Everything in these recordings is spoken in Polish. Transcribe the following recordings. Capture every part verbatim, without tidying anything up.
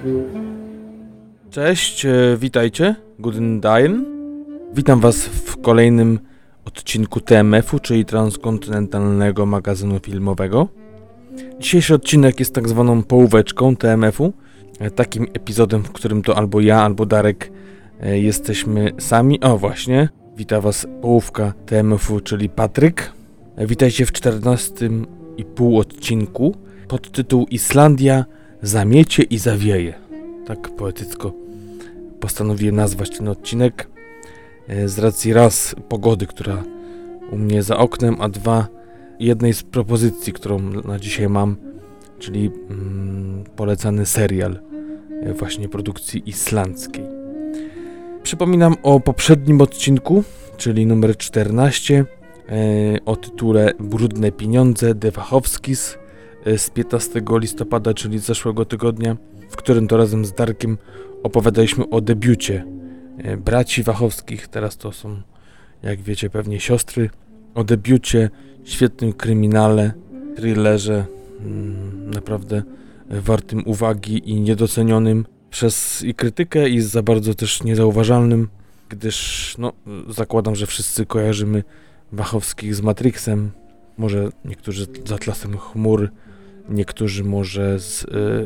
Cześć, e, witajcie, Guten Dagen. Witam was w kolejnym odcinku T M F-u, czyli Transkontynentalnego Magazynu Filmowego. Dzisiejszy odcinek jest tak zwaną połóweczką T M F-u, e, takim epizodem, w którym to albo ja, albo Darek e, jesteśmy sami. O właśnie, wita was połówka T M F-u, czyli Patryk. E, witajcie w czternastym i pół odcinku pod tytuł Islandia zamiecie i zawieje. Tak poetycko postanowiłem nazwać ten odcinek z racji raz pogody, która u mnie za oknem, a dwa jednej z propozycji, którą na dzisiaj mam, czyli mm, polecany serial właśnie produkcji islandzkiej. Przypominam o poprzednim odcinku, czyli numer czternaście, o tytule Brudne pieniądze The Wachowskis z piętnastego listopada, czyli z zeszłego tygodnia, w którym to razem z Darkiem opowiadaliśmy o debiucie braci Wachowskich, teraz to są, jak wiecie, pewnie siostry, o debiucie, świetnym kryminale, thrillerze, naprawdę wartym uwagi i niedocenionym przez i krytykę, i za bardzo też niezauważalnym, gdyż no, zakładam, że wszyscy kojarzymy Wachowskich z Matrixem, może niektórzy z Atlasem chmur, niektórzy może z y,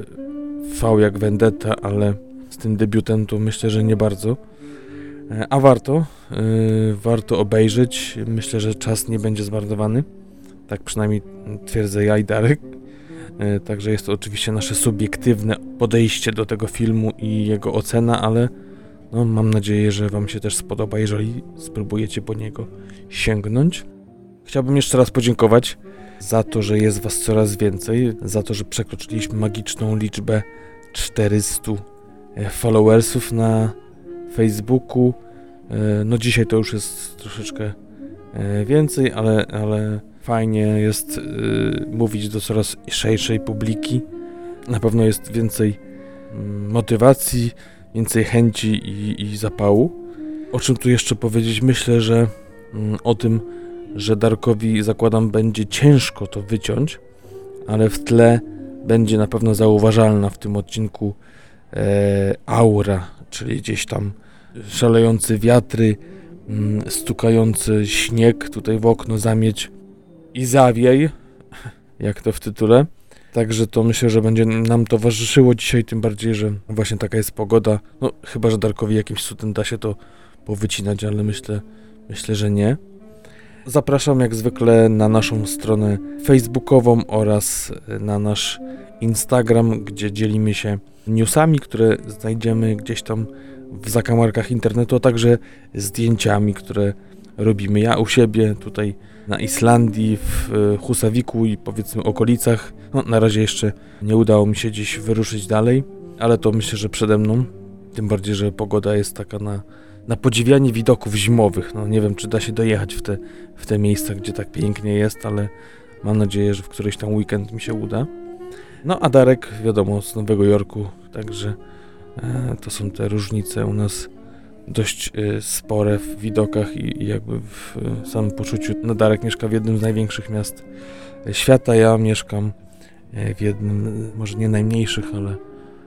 V jak Vendetta, ale z tym debiutem to myślę, że nie bardzo. A warto, yy, warto obejrzeć. Myślę, że czas nie będzie zmarnowany. Tak przynajmniej twierdzę ja i Darek. Yy, także jest to oczywiście nasze subiektywne podejście do tego filmu i jego ocena, ale no, mam nadzieję, że wam się też spodoba, jeżeli spróbujecie po niego sięgnąć. Chciałbym jeszcze raz podziękować za to, że jest was coraz więcej, za to, że przekroczyliśmy magiczną liczbę czterysta followersów na Facebooku. No dzisiaj to już jest troszeczkę więcej, ale, ale fajnie jest mówić do coraz szerszej publiki. Na pewno jest więcej motywacji, więcej chęci i, i zapału. O czym tu jeszcze powiedzieć? Myślę, że o tym, że Darkowi, zakładam, będzie ciężko to wyciąć, ale w tle będzie na pewno zauważalna w tym odcinku e, aura, czyli gdzieś tam szalejący wiatry, m, stukający śnieg tutaj w okno, zamieć i zawiej, jak to w tytule. Także to myślę, że będzie nam towarzyszyło dzisiaj, tym bardziej, że właśnie taka jest pogoda. No chyba, że Darkowi jakimś cudem da się to powycinać, ale myślę, myślę, że nie. Zapraszam jak zwykle na naszą stronę facebookową oraz na nasz Instagram, gdzie dzielimy się newsami, które znajdziemy gdzieś tam w zakamarkach internetu, a także zdjęciami, które robimy ja u siebie tutaj na Islandii, w Husaviku i powiedzmy okolicach. No, na razie jeszcze nie udało mi się gdzieś wyruszyć dalej, ale to myślę, że przede mną. Tym bardziej, że pogoda jest taka na na podziwianie widoków zimowych. No nie wiem, czy da się dojechać w te, w te miejsca, gdzie tak pięknie jest, ale mam nadzieję, że w któryś tam weekend mi się uda. No a Darek, wiadomo, z Nowego Jorku, także e, to są te różnice u nas dość e, spore w widokach i, i jakby w e, samym poczuciu. No Darek mieszka w jednym z największych miast świata, ja mieszkam e, w jednym, może nie najmniejszych, ale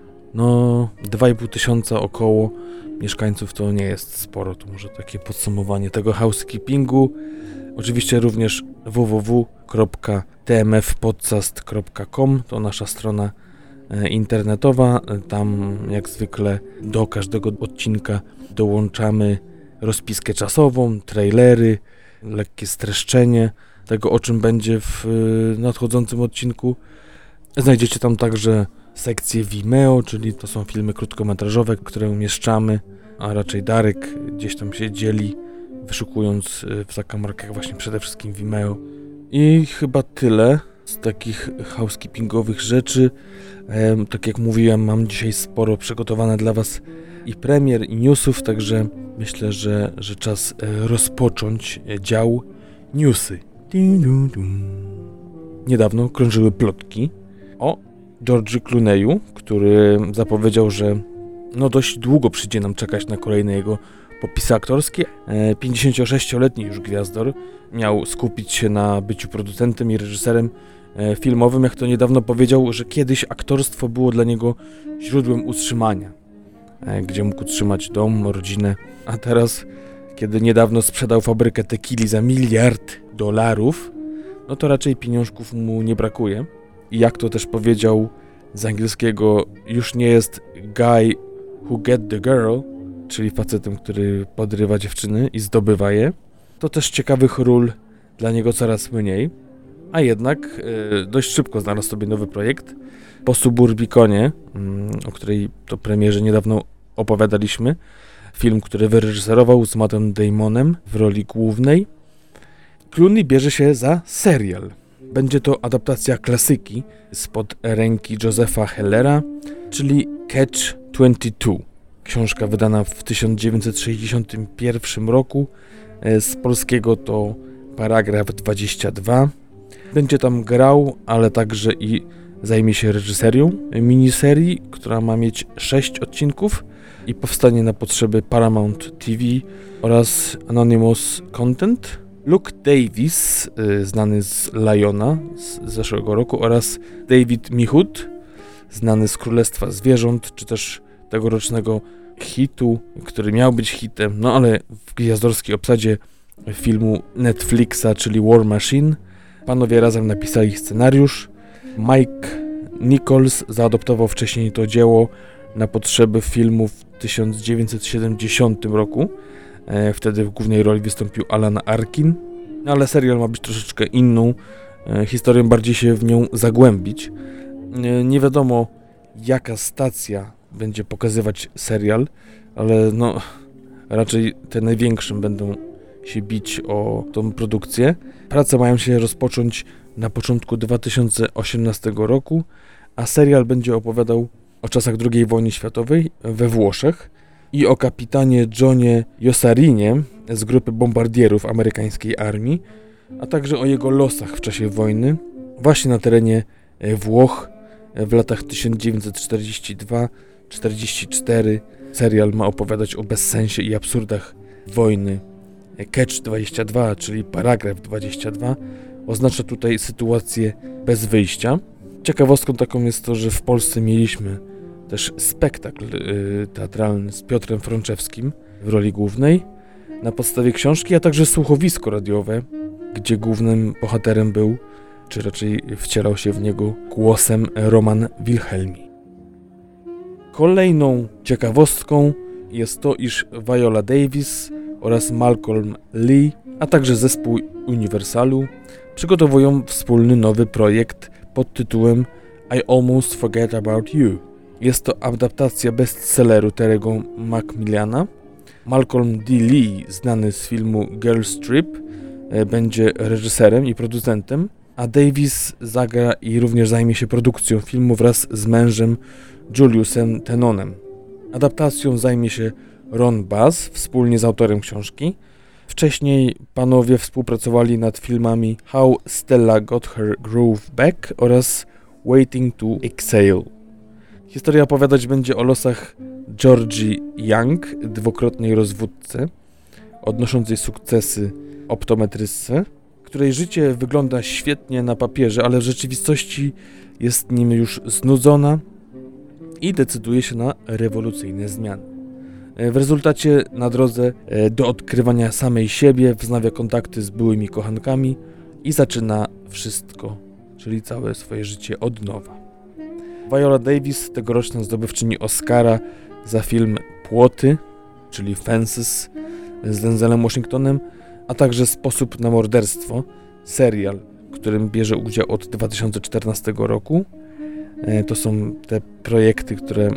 no dwa i pół tysiąca około mieszkańców to nie jest sporo, to może takie podsumowanie tego housekeepingu. Oczywiście również w w w kropka t m f podcast kropka com to nasza strona internetowa. Tam jak zwykle do każdego odcinka dołączamy rozpiskę czasową, trailery, lekkie streszczenie tego, o czym będzie w nadchodzącym odcinku. Znajdziecie tam także sekcję Vimeo, czyli to są filmy krótkometrażowe, które umieszczamy, a raczej Darek gdzieś tam się dzieli, wyszukując w zakamarkach właśnie przede wszystkim Vimeo. I chyba tyle z takich housekeepingowych rzeczy. E, tak jak mówiłem, mam dzisiaj sporo przygotowane dla was i premier, i newsów, także myślę, że, że czas rozpocząć dział newsy. Niedawno krążyły plotki o George'u Clooney'u, który zapowiedział, że no dość długo przyjdzie nam czekać na kolejne jego popisy aktorskie. pięćdziesięciosześcioletni już gwiazdor miał skupić się na byciu producentem i reżyserem e, filmowym, jak to niedawno powiedział, że kiedyś aktorstwo było dla niego źródłem utrzymania, e, gdzie mógł utrzymać dom, rodzinę, a teraz, kiedy niedawno sprzedał fabrykę tequili za miliard dolarów, no to raczej pieniążków mu nie brakuje. I jak to też powiedział z angielskiego, już nie jest guy who get the girl, czyli facetem, który podrywa dziewczyny i zdobywa je. To też ciekawych ról dla niego coraz mniej, a jednak yy, dość szybko znalazł sobie nowy projekt po Suburbikonie, yy, o której to premierze niedawno opowiadaliśmy. Film, który wyreżyserował z Mattem Damonem w roli głównej. Clooney bierze się za serial. Będzie to adaptacja klasyki spod ręki Josepha Hellera, czyli Catch dwadzieścia dwa. Książka wydana w tysiąc dziewięćset sześćdziesiątym pierwszym roku, z polskiego to Paragraf dwadzieścia dwa. Będzie tam grał, ale także i zajmie się reżyserią miniserii, która ma mieć sześć odcinków i powstanie na potrzeby Paramount T V oraz Anonymous Content. Luke Davis, y, znany z Liona z zeszłego roku, oraz David Michôd, znany z Królestwa Zwierząt, czy też tegorocznego hitu, który miał być hitem, no ale w gwiazdorskiej obsadzie filmu Netflixa, czyli War Machine. Panowie razem napisali scenariusz. Mike Nichols zaadoptował wcześniej to dzieło na potrzeby filmu w tysiąc dziewięćset siedemdziesiątym roku. E, wtedy w głównej roli wystąpił Alan Arkin, no, ale serial ma być troszeczkę inną e, historią, bardziej się w nią zagłębić. E, nie wiadomo, jaka stacja będzie pokazywać serial, ale no raczej te największym będą się bić o tą produkcję. Prace mają się rozpocząć na początku dwa tysiące osiemnastego roku, a serial będzie opowiadał o czasach drugiej wojny światowej we Włoszech i o kapitanie Johnie Jossarinie z grupy bombardierów amerykańskiej armii, a także o jego losach w czasie wojny właśnie na terenie Włoch w latach tysiąc dziewięćset czterdziesty drugi do czterdziestego czwartego. Serial ma opowiadać o bezsensie i absurdach wojny. Catch dwadzieścia dwa, czyli Paragraf dwadzieścia dwa, oznacza tutaj sytuację bez wyjścia. Ciekawostką taką jest to, że w Polsce mieliśmy też spektakl yy, teatralny z Piotrem Frączewskim w roli głównej na podstawie książki, a także słuchowisko radiowe, gdzie głównym bohaterem był, czy raczej wcielał się w niego głosem Roman Wilhelmi. Kolejną ciekawostką jest to, iż Viola Davis oraz Malcolm Lee, a także zespół Universalu przygotowują wspólny nowy projekt pod tytułem I Almost Forget About You. Jest to adaptacja bestselleru Terry'ego Macmillana. Malcolm D. Lee, znany z filmu Girls Trip, będzie reżyserem i producentem, a Davis zagra i również zajmie się produkcją filmu wraz z mężem Juliusem Tenonem. Adaptacją zajmie się Ron Bass wspólnie z autorem książki. Wcześniej panowie współpracowali nad filmami How Stella Got Her Groove Back oraz Waiting to Exhale. Historia opowiadać będzie o losach Georgie Young, dwukrotnej rozwódce, odnoszącej sukcesy optometrystce, której życie wygląda świetnie na papierze, ale w rzeczywistości jest nim już znudzona i decyduje się na rewolucyjne zmiany. W rezultacie na drodze do odkrywania samej siebie wznawia kontakty z byłymi kochankami i zaczyna wszystko, czyli całe swoje życie od nowa. Viola Davis, tegoroczna zdobywczyni Oscara za film Płoty, czyli Fences z Denzelem Washingtonem, a także Sposób na morderstwo, serial, w którym bierze udział od dwa tysiące czternastego roku. To są te projekty, które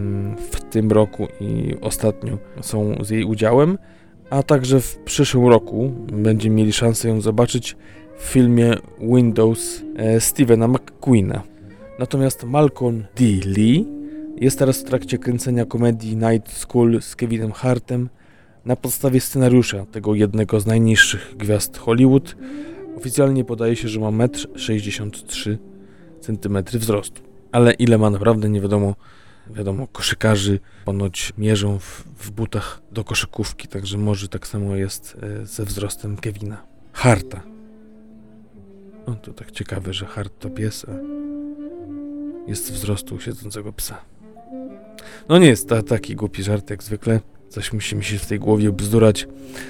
w tym roku i ostatnio są z jej udziałem, a także w przyszłym roku będziemy mieli szansę ją zobaczyć w filmie Windows Stephena McQueena. Natomiast Malcolm D. Lee jest teraz w trakcie kręcenia komedii Night School z Kevinem Hartem na podstawie scenariusza tego jednego z najniższych gwiazd Hollywood. Oficjalnie podaje się, że ma metr sześćdziesiąt trzy centymetry wzrostu. Ale ile ma naprawdę nie wiadomo. Wiadomo, koszykarzy ponoć mierzą w, w butach do koszykówki, także może tak samo jest ze wzrostem Kevina Harta. O, to tak ciekawe, że hard to pies, a jest wzrostu siedzącego psa. No nie jest to taki głupi żart jak zwykle. Coś musi mi się w tej głowie bzdurać.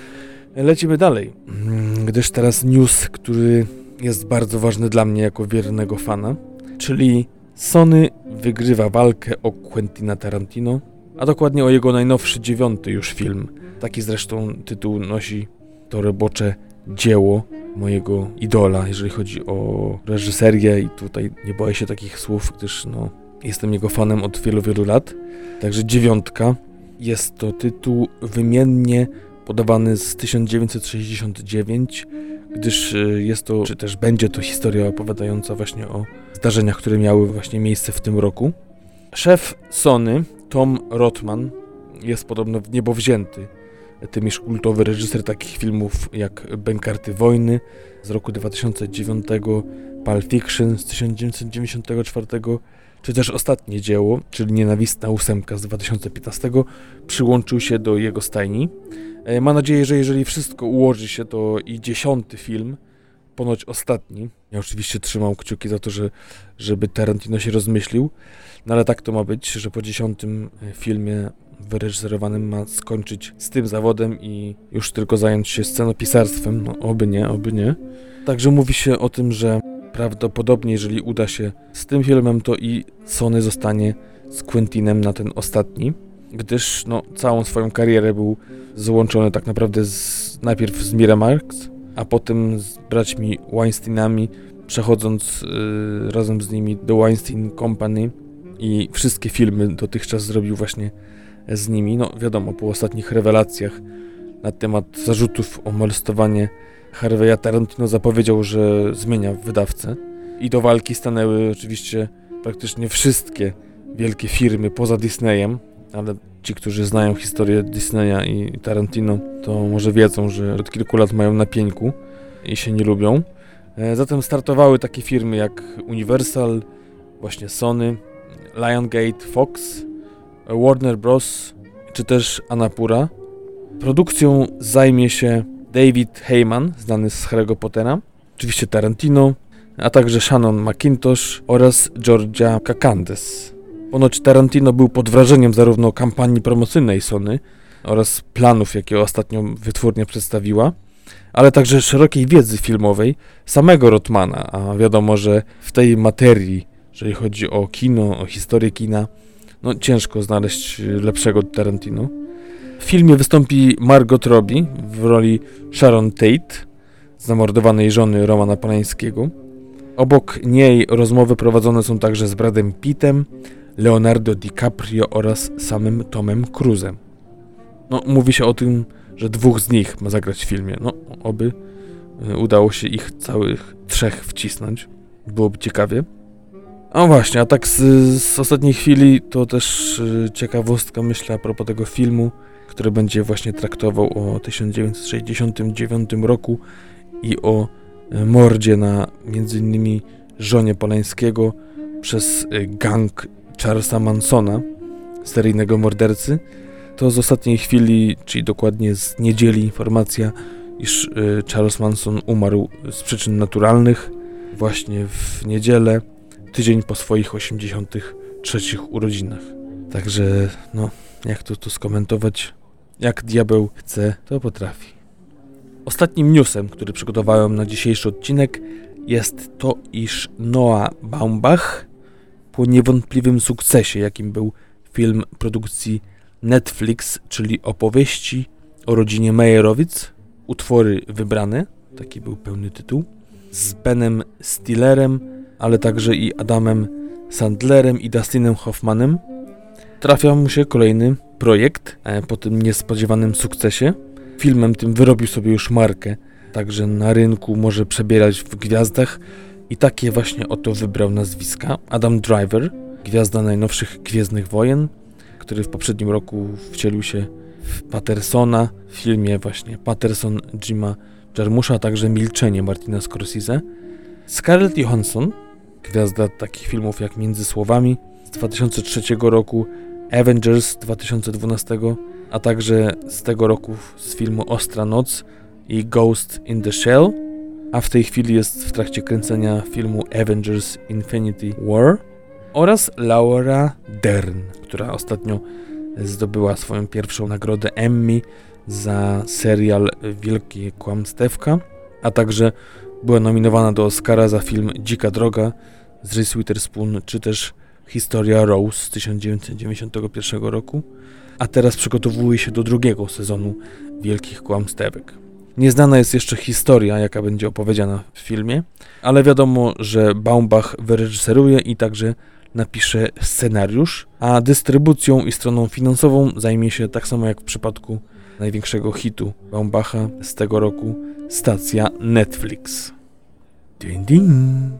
Lecimy dalej, gdyż teraz news, który jest bardzo ważny dla mnie jako wiernego fana, czyli Sony wygrywa walkę o Quentina Tarantino, a dokładnie o jego najnowszy, dziewiąty już film. Taki zresztą tytuł nosi to robocze dzieło mojego idola, jeżeli chodzi o reżyserię, i tutaj nie boję się takich słów, gdyż no, jestem jego fanem od wielu, wielu lat. Także dziewiątka jest to tytuł wymiennie podawany z tysiąc dziewięćset sześćdziesiąt dziewięć, gdyż jest to, czy też będzie to historia opowiadająca właśnie o zdarzeniach, które miały właśnie miejsce w tym roku. Szef Sony, Tom Rothman, jest podobno w niebo wzięty, tym iż kultowy reżyser takich filmów jak Bękarty Wojny z roku dwa tysiące dziewiątego, Pulp Fiction z tysiąc dziewięćset dziewięćdziesiątego czwartego, czy też ostatnie dzieło, czyli Nienawistna ósemka z dwa tysiące piętnastego, przyłączył się do jego stajni. Mam nadzieję, że jeżeli wszystko ułoży się, to i dziesiąty film, ponoć ostatni. Ja oczywiście trzymam kciuki za to, że, żeby Tarantino się rozmyślił, no ale tak to ma być, że po dziesiątym filmie wyreżyserowanym ma skończyć z tym zawodem i już tylko zająć się scenopisarstwem. No oby nie, oby nie. Także mówi się o tym, że prawdopodobnie, jeżeli uda się z tym filmem, to i Sony zostanie z Quentinem na ten ostatni, gdyż no, całą swoją karierę był złączony tak naprawdę z, najpierw z Miramax, a potem z braćmi Weinsteinami, przechodząc yy, razem z nimi do Weinstein Company, i wszystkie filmy dotychczas zrobił właśnie z nimi. No wiadomo, po ostatnich rewelacjach na temat zarzutów o molestowanie Harvey'a, Tarantino zapowiedział, że zmienia wydawcę, i do walki stanęły oczywiście praktycznie wszystkie wielkie firmy poza Disneyem, ale ci, którzy znają historię Disneya i Tarantino, to może wiedzą, że od kilku lat mają na pieńku i się nie lubią. Zatem startowały takie firmy jak Universal, właśnie Sony, Lionsgate, Fox, Warner Bros. Czy też Annapura. Produkcją zajmie się David Heyman, znany z Harry'ego Pottera, oczywiście Tarantino, a także Shannon McIntosh oraz Georgia Kakandes. Ponoć Tarantino był pod wrażeniem zarówno kampanii promocyjnej Sony oraz planów, jakie ostatnio wytwórnia przedstawiła, ale także szerokiej wiedzy filmowej samego Rothmana, a wiadomo, że w tej materii, jeżeli chodzi o kino, o historię kina, no ciężko znaleźć lepszego Tarantino. W filmie wystąpi Margot Robbie w roli Sharon Tate, zamordowanej żony Romana Polańskiego. Obok niej rozmowy prowadzone są także z Bradem Pittem, Leonardo DiCaprio oraz samym Tomem Cruise'em. No, mówi się o tym, że dwóch z nich ma zagrać w filmie. No, oby udało się ich całych trzech wcisnąć. Byłoby ciekawie. A właśnie, a tak z, z ostatniej chwili to też y, ciekawostka, myślę, a propos tego filmu, który będzie właśnie traktował o tysiąc dziewięćset sześćdziesiątym dziewiątym roku i o y, mordzie na między innymi żonie Polańskiego przez y, gang Charlesa Mansona, seryjnego mordercy. To z ostatniej chwili, czyli dokładnie z niedzieli, informacja, iż y, Charles Manson umarł z przyczyn naturalnych właśnie w niedzielę, tydzień po swoich osiemdziesiątych trzecich urodzinach. Także, no, jak to tu skomentować? Jak diabeł chce, to potrafi. Ostatnim newsem, który przygotowałem na dzisiejszy odcinek, jest to, iż Noah Baumbach po niewątpliwym sukcesie, jakim był film produkcji Netflix, czyli opowieści o rodzinie Meyerowitz, utwory wybrane, taki był pełny tytuł, z Benem Stillerem, ale także i Adamem Sandlerem i Dustinem Hoffmanem, trafia mu się kolejny projekt po tym niespodziewanym sukcesie. Filmem tym wyrobił sobie już markę, także na rynku może przebierać w gwiazdach i takie właśnie oto wybrał nazwiska. Adam Driver, gwiazda najnowszych Gwiezdnych Wojen, który w poprzednim roku wcielił się w Pattersona, w filmie właśnie Patterson Jima Jarmusza, a także Milczenie Martina Scorsese. Scarlett Johansson, gwiazda takich filmów jak Między Słowami z dwa tysiące trzeciego roku, Avengers z dwa tysiące dwunastego, a także z tego roku z filmu Ostra Noc i Ghost in the Shell. a w tej chwili jest w trakcie kręcenia filmu Avengers Infinity War, oraz Laura Dern, która ostatnio zdobyła swoją pierwszą nagrodę Emmy za serial Wielkie Kłamstewka, a także była nominowana do Oscara za film Dzika droga z Reese Witherspoon, czy też Historia Rose z tysiąc dziewięćset dziewięćdziesiątego pierwszego roku, a teraz przygotowuje się do drugiego sezonu Wielkich Kłamstewek. Nieznana jest jeszcze historia, jaka będzie opowiedziana w filmie, ale wiadomo, że Baumbach wyreżyseruje i także napisze scenariusz, a dystrybucją i stroną finansową zajmie się, tak samo jak w przypadku największego hitu Baumbacha z tego roku, stacja Netflix. Ding, ding.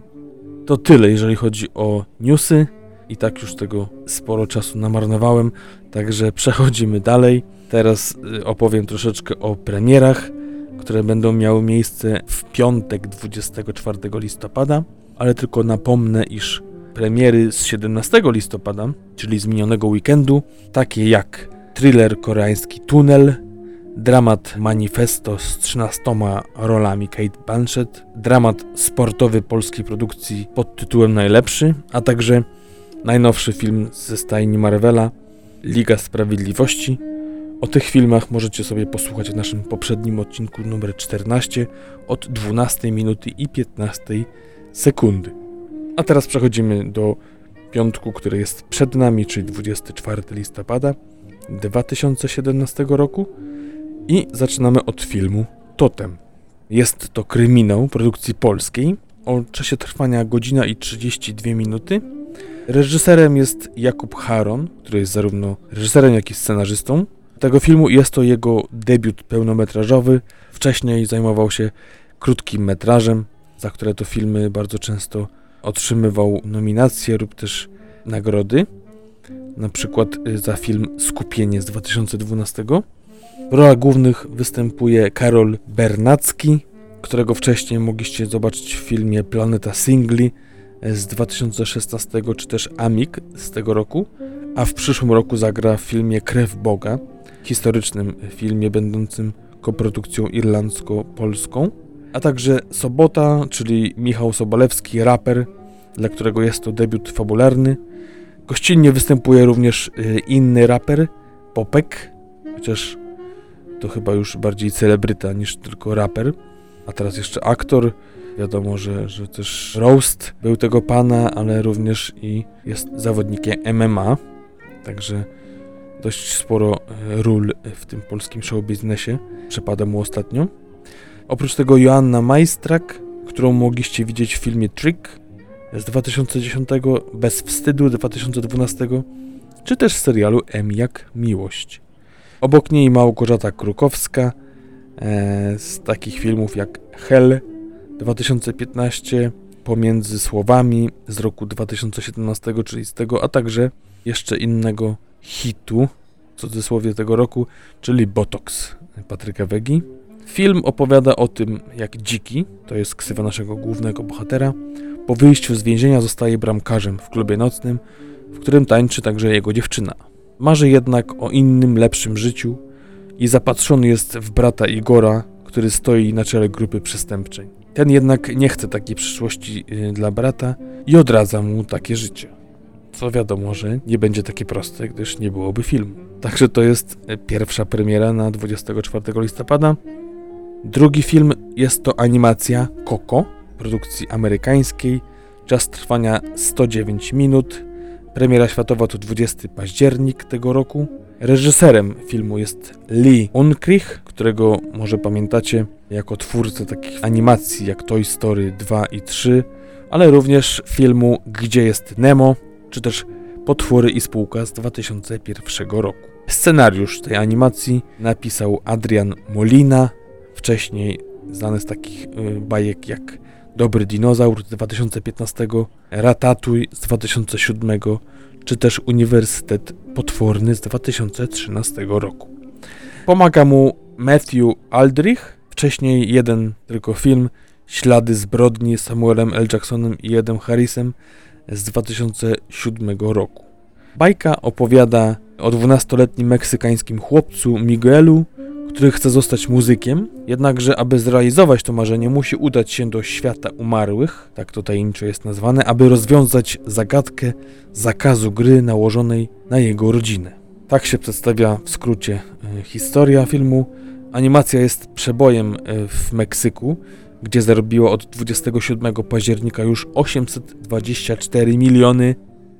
To tyle, jeżeli chodzi o newsy. I tak już tego sporo czasu namarnowałem, także przechodzimy dalej. Teraz opowiem troszeczkę o premierach, które będą miały miejsce w piątek dwudziestego czwartego listopada, ale tylko napomnę, iż premiery z siedemnastego listopada, czyli z minionego weekendu, takie jak thriller koreański Tunel, dramat Manifesto z trzynastoma rolami Cate Blanchett, dramat sportowy polskiej produkcji pod tytułem Najlepszy, a także najnowszy film ze stajni Marvela, Liga Sprawiedliwości. O tych filmach możecie sobie posłuchać w naszym poprzednim odcinku numer czternaście od dwunastej minuty i piętnastej sekundy. A teraz przechodzimy do piątku, który jest przed nami, czyli dwudziestego czwartego listopada dwa tysiące siedemnastego roku i zaczynamy od filmu Totem. Jest to kryminał produkcji polskiej o czasie trwania godzina i trzydzieści dwie minuty. Reżyserem jest Jakub Charon, który jest zarówno reżyserem, jak i scenarzystą tego filmu. Jest to jego debiut pełnometrażowy. Wcześniej zajmował się krótkim metrażem, za które to filmy bardzo często otrzymywał nominacje lub też nagrody. Na przykład za film Skupienie z dwa tysiące dwunastego. W rolach głównych występuje Karol Bernacki, którego wcześniej mogliście zobaczyć w filmie Planeta Singli z dwa tysiące szesnastego, czy też Amik z tego roku, a w przyszłym roku zagra w filmie Krew Boga, historycznym filmie będącym koprodukcją irlandzko-polską, a także Sobota, czyli Michał Sobolewski, raper, dla którego jest to debiut fabularny. Gościnnie występuje również inny raper, Popek, chociaż to chyba już bardziej celebryta niż tylko raper, a teraz jeszcze aktor. Wiadomo, że, że też roast był tego pana, ale również i jest zawodnikiem M M A, także dość sporo ról w tym polskim showbiznesie przepada mu ostatnio. Oprócz tego Joanna Majstrak, którą mogliście widzieć w filmie Trick z dwa tysiące dziesiątego, Bez wstydu dwa tysiące dwunastego, czy też w serialu M jak Miłość. Obok niej Małgorzata Krukowska e, z takich filmów jak Hell dwa tysiące piętnaście, Pomiędzy słowami z roku dwa tysiące siedemnastego, czyli z tego, a także jeszcze innego hitu, w cudzysłowie tego roku, czyli Botox Patryka Wegi. Film opowiada o tym, jak Dziki, to jest ksywa naszego głównego bohatera, po wyjściu z więzienia zostaje bramkarzem w klubie nocnym, w którym tańczy także jego dziewczyna. Marzy jednak o innym, lepszym życiu i zapatrzony jest w brata Igora, który stoi na czele grupy przestępczej. Ten jednak nie chce takiej przyszłości dla brata i odradza mu takie życie. Co wiadomo, że nie będzie takie proste, gdyż nie byłoby filmu. Także to jest pierwsza premiera na dwudziestego czwartego listopada. Drugi film jest to animacja Coco, produkcji amerykańskiej. Czas trwania sto dziewięć minut. Premiera światowa to dwudziestego października tego roku. Reżyserem filmu jest Lee Unkrich, którego może pamiętacie jako twórcę takich animacji jak Toy Story dwa i trzy, ale również filmu Gdzie jest Nemo, czy też Potwory i spółka z dwa tysiące pierwszego roku. Scenariusz tej animacji napisał Adrian Molina, wcześniej znany z takich y, bajek jak Dobry Dinozaur z dwa tysiące piętnastego, Ratatouille z dwa tysiące siódmego, czy też Uniwersytet Potworny z dwa tysiące trzynastego roku. Pomaga mu Matthew Aldrich, wcześniej jeden tylko film Ślady zbrodni z Samuelem L. Jacksonem i Edem Harrisem z dwa tysiące siódmego roku. Bajka opowiada o dwunastoletnim meksykańskim chłopcu Miguelu, który chce zostać muzykiem, jednakże aby zrealizować to marzenie musi udać się do świata umarłych, tak to tajemniczo jest nazwane, aby rozwiązać zagadkę zakazu gry nałożonej na jego rodzinę. Tak się przedstawia w skrócie y, historia filmu. Animacja jest przebojem y, w Meksyku, gdzie zarobiła od dwudziestego siódmego października już osiemset dwadzieścia cztery miliony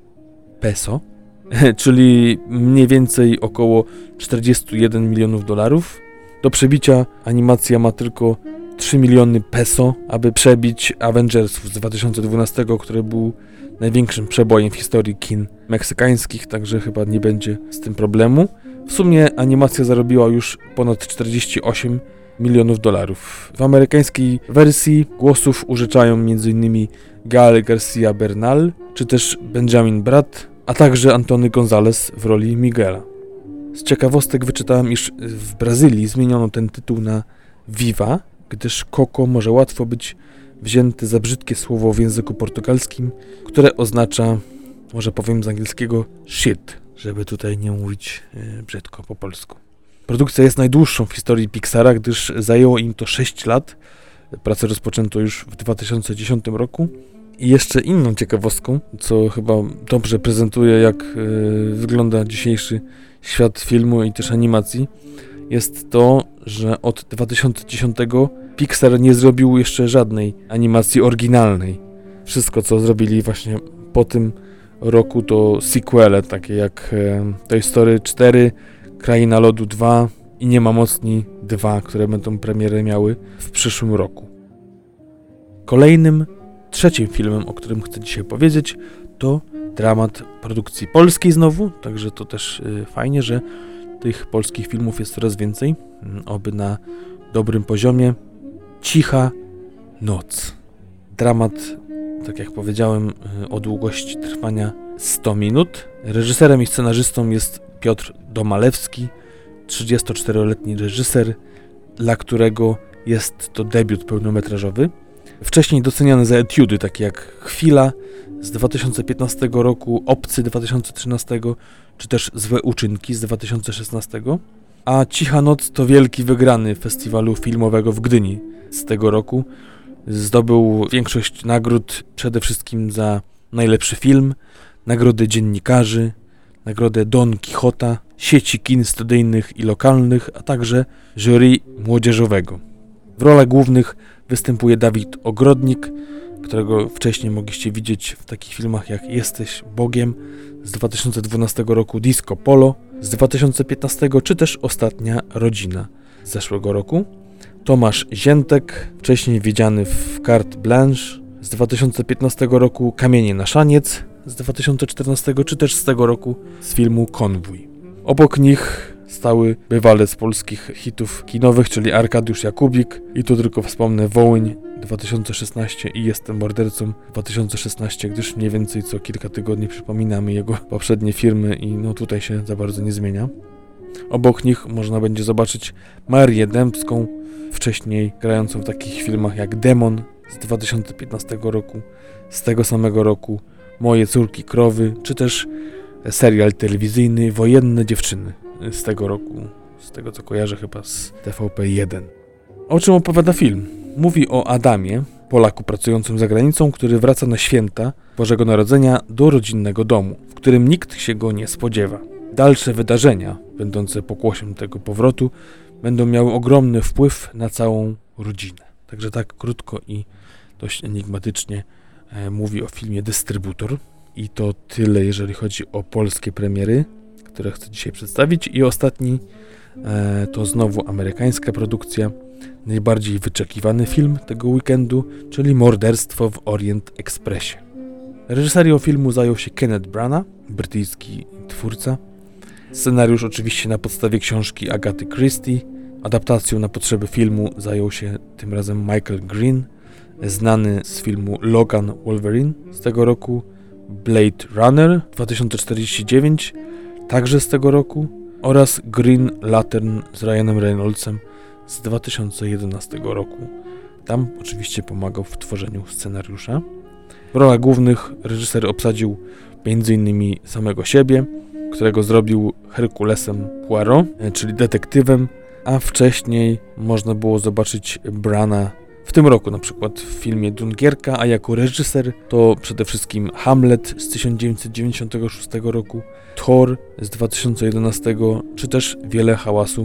peso, czyli mniej więcej około czterdzieści jeden milionów dolarów. Do przebicia animacja ma tylko trzy miliony peso, aby przebić Avengersów z dwa tysiące dwunastego, który był największym przebojem w historii kin meksykańskich, także chyba nie będzie z tym problemu. W sumie animacja zarobiła już ponad czterdzieści osiem milionów dolarów. W amerykańskiej wersji głosów użyczają m.in. Gael Garcia Bernal, czy też Benjamin Bratt, a także Antony Gonzalez w roli Miguela. Z ciekawostek wyczytałem, iż w Brazylii zmieniono ten tytuł na Viva, gdyż Coco może łatwo być wzięte za brzydkie słowo w języku portugalskim, które oznacza, może powiem z angielskiego, shit, żeby tutaj nie mówić yy, brzydko po polsku. Produkcja jest najdłuższą w historii Pixara, gdyż zajęło im to sześć lat. Pracę rozpoczęto już w dwa tysiące dziesiątym roku. I jeszcze inną ciekawostką, co chyba dobrze prezentuje, jak yy, wygląda dzisiejszy świat filmu i też animacji, jest to, że od dwa tysiące dziesiątego Pixar nie zrobił jeszcze żadnej animacji oryginalnej. Wszystko, co zrobili właśnie po tym roku, to sequele, takie jak yy, Toy Story cztery, Kraina Lodu dwa i Nie ma mocni dwa, które będą premierę miały w przyszłym roku. Kolejnym, trzecim filmem, o którym chcę dzisiaj powiedzieć, to dramat produkcji polskiej znowu, także to też y, fajnie, że tych polskich filmów jest coraz więcej, y, oby na dobrym poziomie. Cicha noc. Dramat, tak jak powiedziałem, y, o długości trwania sto minut. Reżyserem i scenarzystą jest Piotr Domalewski, trzydziestoczteroletni reżyser, dla którego jest to debiut pełnometrażowy. Wcześniej doceniany za etiudy takie jak Chwila z dwa tysiące piętnastego roku, Obcy dwa tysiące trzynastego, czy też Złe uczynki z dwa tysiące szesnastego. A Cicha noc to wielki wygrany festiwalu filmowego w Gdyni z tego roku. Zdobył większość nagród, przede wszystkim za najlepszy film, nagrody dziennikarzy, nagrodę Don Quixota, sieci kin studyjnych i lokalnych, a także jury młodzieżowego. W rolach głównych występuje Dawid Ogrodnik, którego wcześniej mogliście widzieć w takich filmach jak Jesteś Bogiem z dwa tysiące dwunastego roku, Disco Polo z dwa tysiące piętnastego, czy też Ostatnia rodzina z zeszłego roku. Tomasz Ziętek, wcześniej widziany w Carte Blanche z dwa tysiące piętnastego roku, Kamienie na szaniec z dwa tysiące czternastego, czy też z tego roku z filmu Konwój. Obok nich stały bywalec polskich hitów kinowych, czyli Arkadiusz Jakubik, i tu tylko wspomnę Wołyń dwa tysiące szesnaście i Jestem mordercą dwa tysiące szesnaście, gdyż mniej więcej co kilka tygodni przypominamy jego poprzednie filmy i no tutaj się za bardzo nie zmienia. Obok nich można będzie zobaczyć Marię Dębską, wcześniej grającą w takich filmach jak Demon z dwa tysiące piętnastego roku, z tego samego roku Moje córki krowy, czy też serial telewizyjny Wojenne dziewczyny z tego roku, z tego co kojarzę chyba z T V P jeden. O czym opowiada film? Mówi o Adamie, Polaku pracującym za granicą, który wraca na święta Bożego Narodzenia do rodzinnego domu, w którym nikt się go nie spodziewa. Dalsze wydarzenia, będące pokłosiem tego powrotu, będą miały ogromny wpływ na całą rodzinę. Także tak krótko i dość enigmatycznie e, mówi o filmie Dystrybutor. I to tyle, jeżeli chodzi o polskie premiery, które chcę dzisiaj przedstawić. I ostatni e, to znowu amerykańska produkcja, najbardziej wyczekiwany film tego weekendu, czyli Morderstwo w Orient Expressie. Reżyserią filmu zajął się Kenneth Branagh, brytyjski twórca. Scenariusz oczywiście na podstawie książki Agaty Christie. Adaptacją na potrzeby filmu zajął się tym razem Michael Green, znany z filmu Logan Wolverine z tego roku, Blade Runner dwa tysiące czterdzieści dziewięć także z tego roku oraz Green Lantern z Ryanem Reynoldsem z dwa tysiące jedenastego roku. Tam oczywiście pomagał w tworzeniu scenariusza. W rolach głównych reżyser obsadził m.in. samego siebie, którego zrobił Herkulesem Poirot, czyli detektywem, a wcześniej można było zobaczyć Brana w tym roku na przykład w filmie Dunkierka, a jako reżyser to przede wszystkim Hamlet z tysiąc dziewięćset dziewięćdziesiątego szóstego roku, Thor z dwa tysiące jedenastego, czy też Wiele hałasu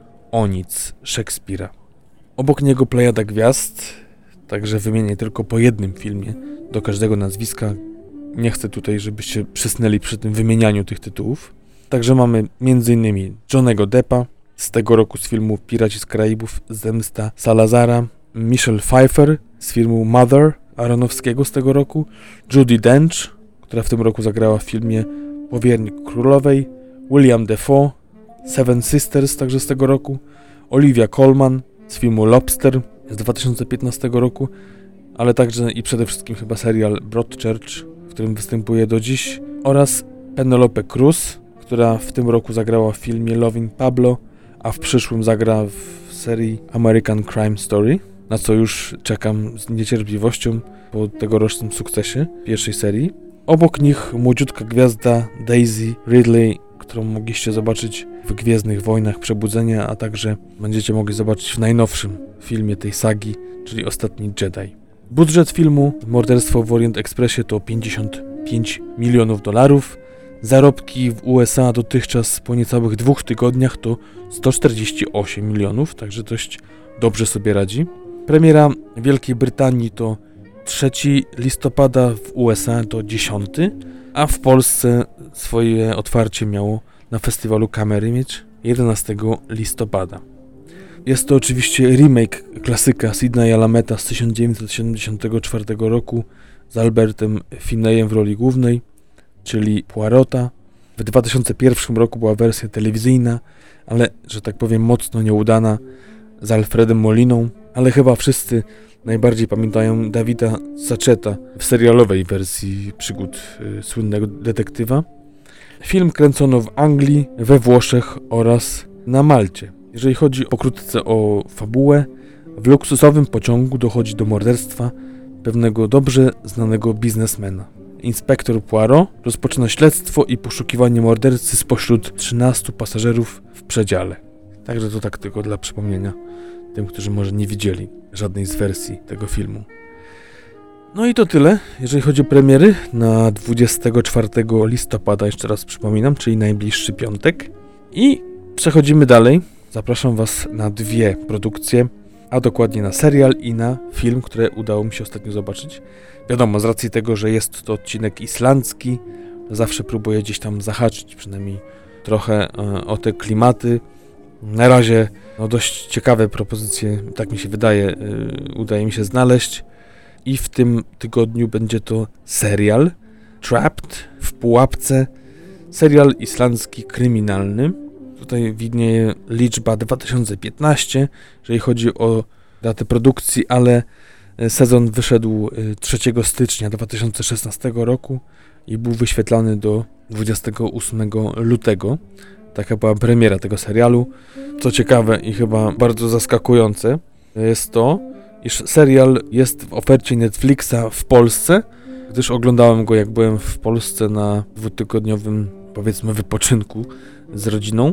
o nic Szekspira. Obok niego plejada gwiazd, także wymienię tylko po jednym filmie do każdego nazwiska. Nie chcę tutaj, żebyście przysnęli przy tym wymienianiu tych tytułów. Także mamy m.in. Johnny'ego Deppa z tego roku z filmu Piraci z Karaibów Zemsta Salazara, Michelle Pfeiffer z filmu Mother Aronofskiego z tego roku, Judi Dench, która w tym roku zagrała w filmie Powiernik Królowej, William Dafoe, Seven Sisters także z tego roku, Olivia Colman z filmu Lobster z dwa tysiące piętnastego roku, ale także i przede wszystkim chyba serial Broadchurch, w którym występuje do dziś, oraz Penelope Cruz, która w tym roku zagrała w filmie Loving Pablo, a w przyszłym zagra w serii American Crime Story, na co już czekam z niecierpliwością po tegorocznym sukcesie pierwszej serii. Obok nich młodziutka gwiazda Daisy Ridley, którą mogliście zobaczyć w Gwiezdnych Wojnach Przebudzenia, a także będziecie mogli zobaczyć w najnowszym filmie tej sagi, czyli Ostatni Jedi. Budżet filmu Morderstwo w Orient Expressie to pięćdziesiąt pięć milionów dolarów. Zarobki w U S A dotychczas po niecałych dwóch tygodniach to sto czterdzieści osiem milionów, także dość dobrze sobie radzi. Premiera w Wielkiej Brytanii to trzeciego listopada, w U S A to dziesiątego, a w Polsce swoje otwarcie miało na festiwalu Kamery Mieć jedenastego listopada. Jest to oczywiście remake klasyka Sidneya Lameta z tysiąc dziewięćset siedemdziesiątego czwartego roku z Albertem Finneyem w roli głównej, czyli Poirota. W dwa tysiące pierwszym roku była wersja telewizyjna, ale, że tak powiem, mocno nieudana, z Alfredem Moliną, ale chyba wszyscy najbardziej pamiętają Davida Sacheta w serialowej wersji przygód y, słynnego detektywa. Film kręcono w Anglii, we Włoszech oraz na Malcie. Jeżeli chodzi pokrótce o fabułę, w luksusowym pociągu dochodzi do morderstwa pewnego dobrze znanego biznesmena. Inspektor Poirot rozpoczyna śledztwo i poszukiwanie mordercy spośród trzynastu pasażerów w przedziale. Także to tak tylko dla przypomnienia tym, którzy może nie widzieli żadnej z wersji tego filmu. No i to tyle, jeżeli chodzi o premiery na dwudziestego czwartego listopada, jeszcze raz przypominam, czyli najbliższy piątek. I przechodzimy dalej. Zapraszam Was na dwie produkcje, a dokładnie na serial i na film, które udało mi się ostatnio zobaczyć. Wiadomo, z racji tego, że jest to odcinek islandzki, zawsze próbuję gdzieś tam zahaczyć przynajmniej trochę e, o te klimaty. Na razie no, dość ciekawe propozycje, tak mi się wydaje, e, udaje mi się znaleźć. I w tym tygodniu będzie to serial Trapped, w pułapce, serial islandzki kryminalny. Tutaj widnieje liczba dwa tysiące piętnaście, jeżeli chodzi o datę produkcji, ale sezon wyszedł trzeciego stycznia dwa tysiące szesnastego roku i był wyświetlany do dwudziestego ósmego lutego. Taka była premiera tego serialu. Co ciekawe i chyba bardzo zaskakujące jest to, iż serial jest w ofercie Netflixa w Polsce, gdyż oglądałem go, jak byłem w Polsce na dwutygodniowym, powiedzmy, wypoczynku z rodziną,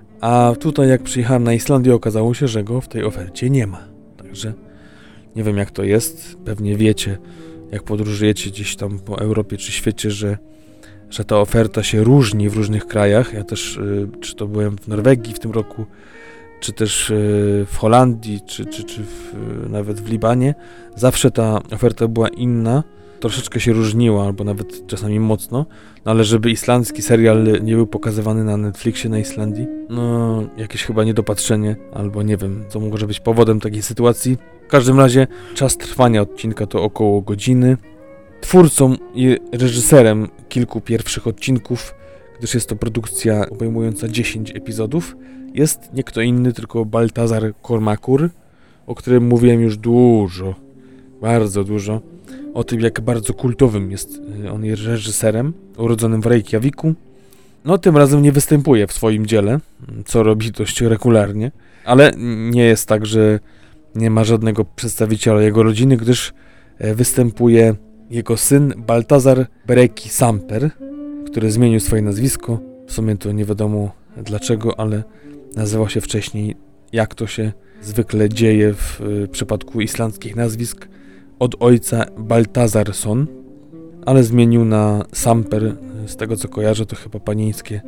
a tutaj jak przyjechałem na Islandię, okazało się, że go w tej ofercie nie ma. Także nie wiem, jak to jest, pewnie wiecie, jak podróżujecie gdzieś tam po Europie czy świecie, że, że ta oferta się różni w różnych krajach. Ja też, y, czy to byłem w Norwegii w tym roku, czy też y, w Holandii, czy, czy, czy w, y, nawet w Libanie, zawsze ta oferta była inna, troszeczkę się różniła, albo nawet czasami mocno, no ale żeby islandzki serial nie był pokazywany na Netflixie na Islandii, no jakieś chyba niedopatrzenie, albo nie wiem, co może być powodem takiej sytuacji. W każdym razie czas trwania odcinka to około godziny. Twórcą i reżyserem kilku pierwszych odcinków, gdyż jest to produkcja obejmująca dziesięć epizodów, jest nie kto inny, tylko Baltazar Kormákur, o którym mówiłem już dużo, bardzo dużo, o tym, jak bardzo kultowym jest on jest reżyserem, urodzonym w Reykjaviku. No tym razem nie występuje w swoim dziele, co robi dość regularnie, ale nie jest tak, że nie ma żadnego przedstawiciela jego rodziny, gdyż występuje jego syn Baltazar Breki Samper, który zmienił swoje nazwisko. W sumie to nie wiadomo dlaczego, ale nazywał się wcześniej jak to się zwykle dzieje w y, przypadku islandzkich nazwisk, od ojca Baltazarson, ale zmienił na Samper. Z tego co kojarzę, to chyba panieńskie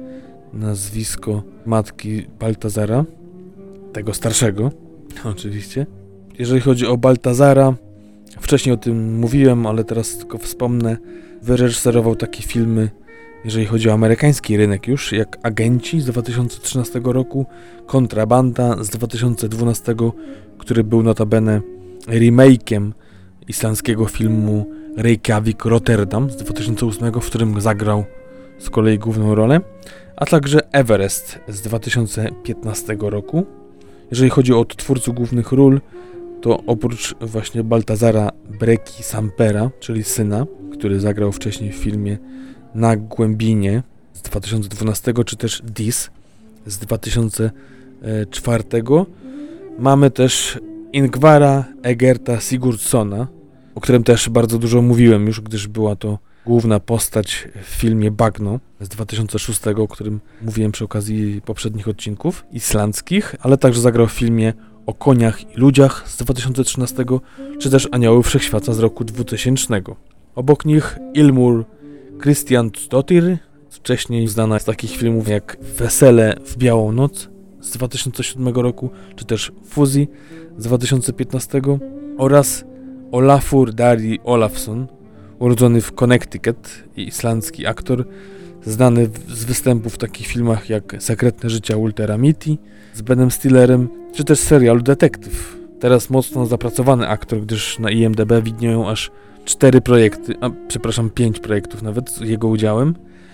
nazwisko matki Baltazara, tego starszego oczywiście. Jeżeli chodzi o Baltazara, wcześniej o tym mówiłem, ale teraz tylko wspomnę, wyreżyserował takie filmy, jeżeli chodzi o amerykański rynek już, jak Agenci z dwa tysiące trzynastego roku, Kontrabanda z dwa tysiące dwunastego, który był notabene remake'iem islandzkiego filmu Reykjavik Rotterdam z dwa tysiące ósmego, w którym zagrał z kolei główną rolę, a także Everest z dwa tysiące piętnastego roku. Jeżeli chodzi o twórców głównych ról, to oprócz właśnie Baltazara Breki Sampera, czyli syna, który zagrał wcześniej w filmie Na Głębinie z dwa tysiące dwunastego, czy też Dis z dwa tysiące czwartego, mamy też Ingvara Egerta Sigurdssona, o którym też bardzo dużo mówiłem już, gdyż była to główna postać w filmie Bagno z dwa tysiące szóstego, o którym mówiłem przy okazji poprzednich odcinków islandzkich, ale także zagrał w filmie O koniach i ludziach z dwa tysiące trzynastego, czy też Anioły Wszechświata z roku dwutysięcznego. Obok nich Ilmur Kristjansdottir, wcześniej znana z takich filmów jak Wesele w białą noc z dwa tysiące siódmego roku, czy też Fuzzy z dwa tysiące piętnastego, oraz Olafur Darri Olafsson, urodzony w Connecticut i islandzki aktor, znany w, z występów w takich filmach jak Sekretne życia Waltera Mitty z Benem Stillerem, czy też serialu Detektyw. Teraz mocno zapracowany aktor, gdyż na I M D B widnieją aż cztery projekty, a przepraszam, pięć projektów nawet z jego udziałem.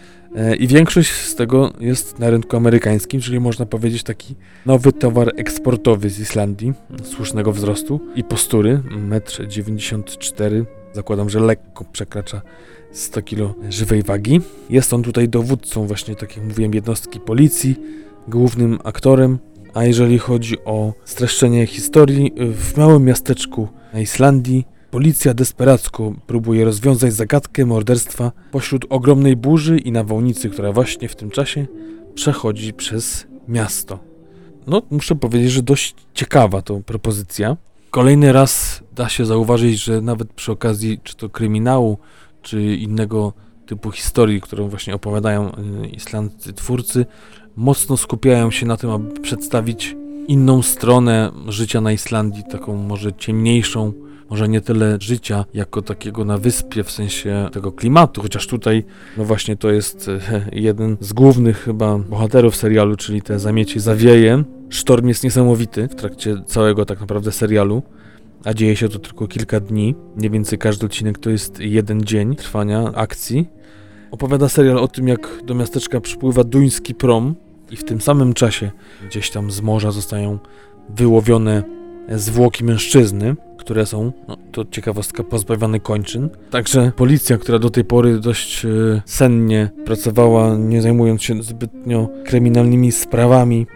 E, I większość z tego jest na rynku amerykańskim, czyli można powiedzieć taki nowy towar eksportowy z Islandii, słusznego wzrostu i postury, metr dziewięćdziesiąt cztery, zakładam, że lekko przekracza sto kilo żywej wagi. Jest on tutaj dowódcą właśnie, tak jak mówiłem, jednostki policji, głównym aktorem, a jeżeli chodzi o streszczenie historii, w małym miasteczku na Islandii policja desperacko próbuje rozwiązać zagadkę morderstwa pośród ogromnej burzy i nawałnicy, która właśnie w tym czasie przechodzi przez miasto. No, muszę powiedzieć, że dość ciekawa to propozycja. Kolejny raz da się zauważyć, że nawet przy okazji czy to kryminału, czy innego typu historii, którą właśnie opowiadają islandzcy twórcy, mocno skupiają się na tym, aby przedstawić inną stronę życia na Islandii, taką może ciemniejszą, może nie tyle życia jako takiego na wyspie, w sensie tego klimatu, chociaż tutaj no właśnie to jest jeden z głównych chyba bohaterów serialu, czyli te Zamiecie zawieje. Sztorm jest niesamowity w trakcie całego tak naprawdę serialu, a dzieje się to tylko kilka dni. Mniej więcej każdy odcinek to jest jeden dzień trwania akcji. Opowiada serial o tym, jak do miasteczka przypływa duński prom i w tym samym czasie gdzieś tam z morza zostają wyłowione zwłoki mężczyzny, które są, no to ciekawostka, pozbawione kończyn. Także policja, która do tej pory dość e, sennie pracowała, nie zajmując się zbytnio kryminalnymi sprawami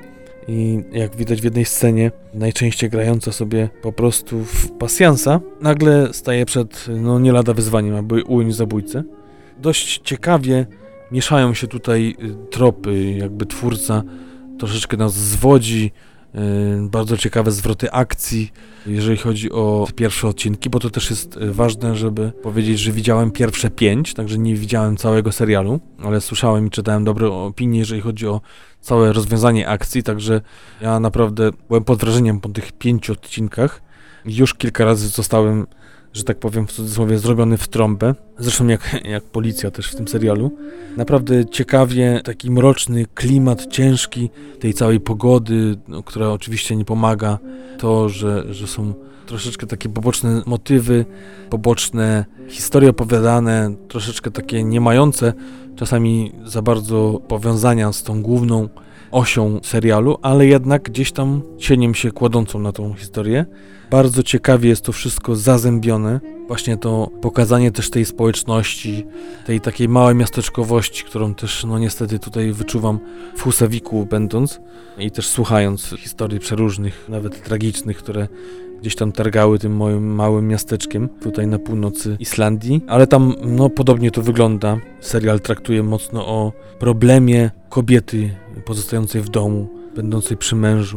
i jak widać w jednej scenie, najczęściej grająca sobie po prostu w pasjansa, nagle staje przed no nie lada wyzwaniem, aby ująć zabójcę. Dość ciekawie mieszają się tutaj tropy, jakby twórca troszeczkę nas zwodzi. Yy, bardzo ciekawe zwroty akcji, jeżeli chodzi o pierwsze odcinki, bo to też jest ważne, żeby powiedzieć, że widziałem pierwsze pięć, także nie widziałem całego serialu, ale słyszałem i czytałem dobre opinie, jeżeli chodzi o całe rozwiązanie akcji, także ja naprawdę byłem pod wrażeniem po tych pięciu odcinkach. Już kilka razy zostałem, że tak powiem w cudzysłowie, zrobiony w trąbę. Zresztą jak, jak policja też w tym serialu. Naprawdę ciekawie, taki mroczny klimat, ciężki tej całej pogody, no, która oczywiście nie pomaga. To, że, że są troszeczkę takie poboczne motywy, poboczne historie opowiadane, troszeczkę takie nie mające czasami za bardzo powiązania z tą główną osią serialu, ale jednak gdzieś tam cieniem się kładącą na tą historię. Bardzo ciekawie jest to wszystko zazębione. Właśnie to pokazanie też tej społeczności, tej takiej małej miasteczkowości, którą też no niestety tutaj wyczuwam w Húsavíku będąc i też słuchając historii przeróżnych, nawet tragicznych, które gdzieś tam targały tym moim małym miasteczkiem tutaj na północy Islandii, ale tam no podobnie to wygląda. Serial traktuje mocno o problemie kobiety pozostającej w domu, będącej przy mężu,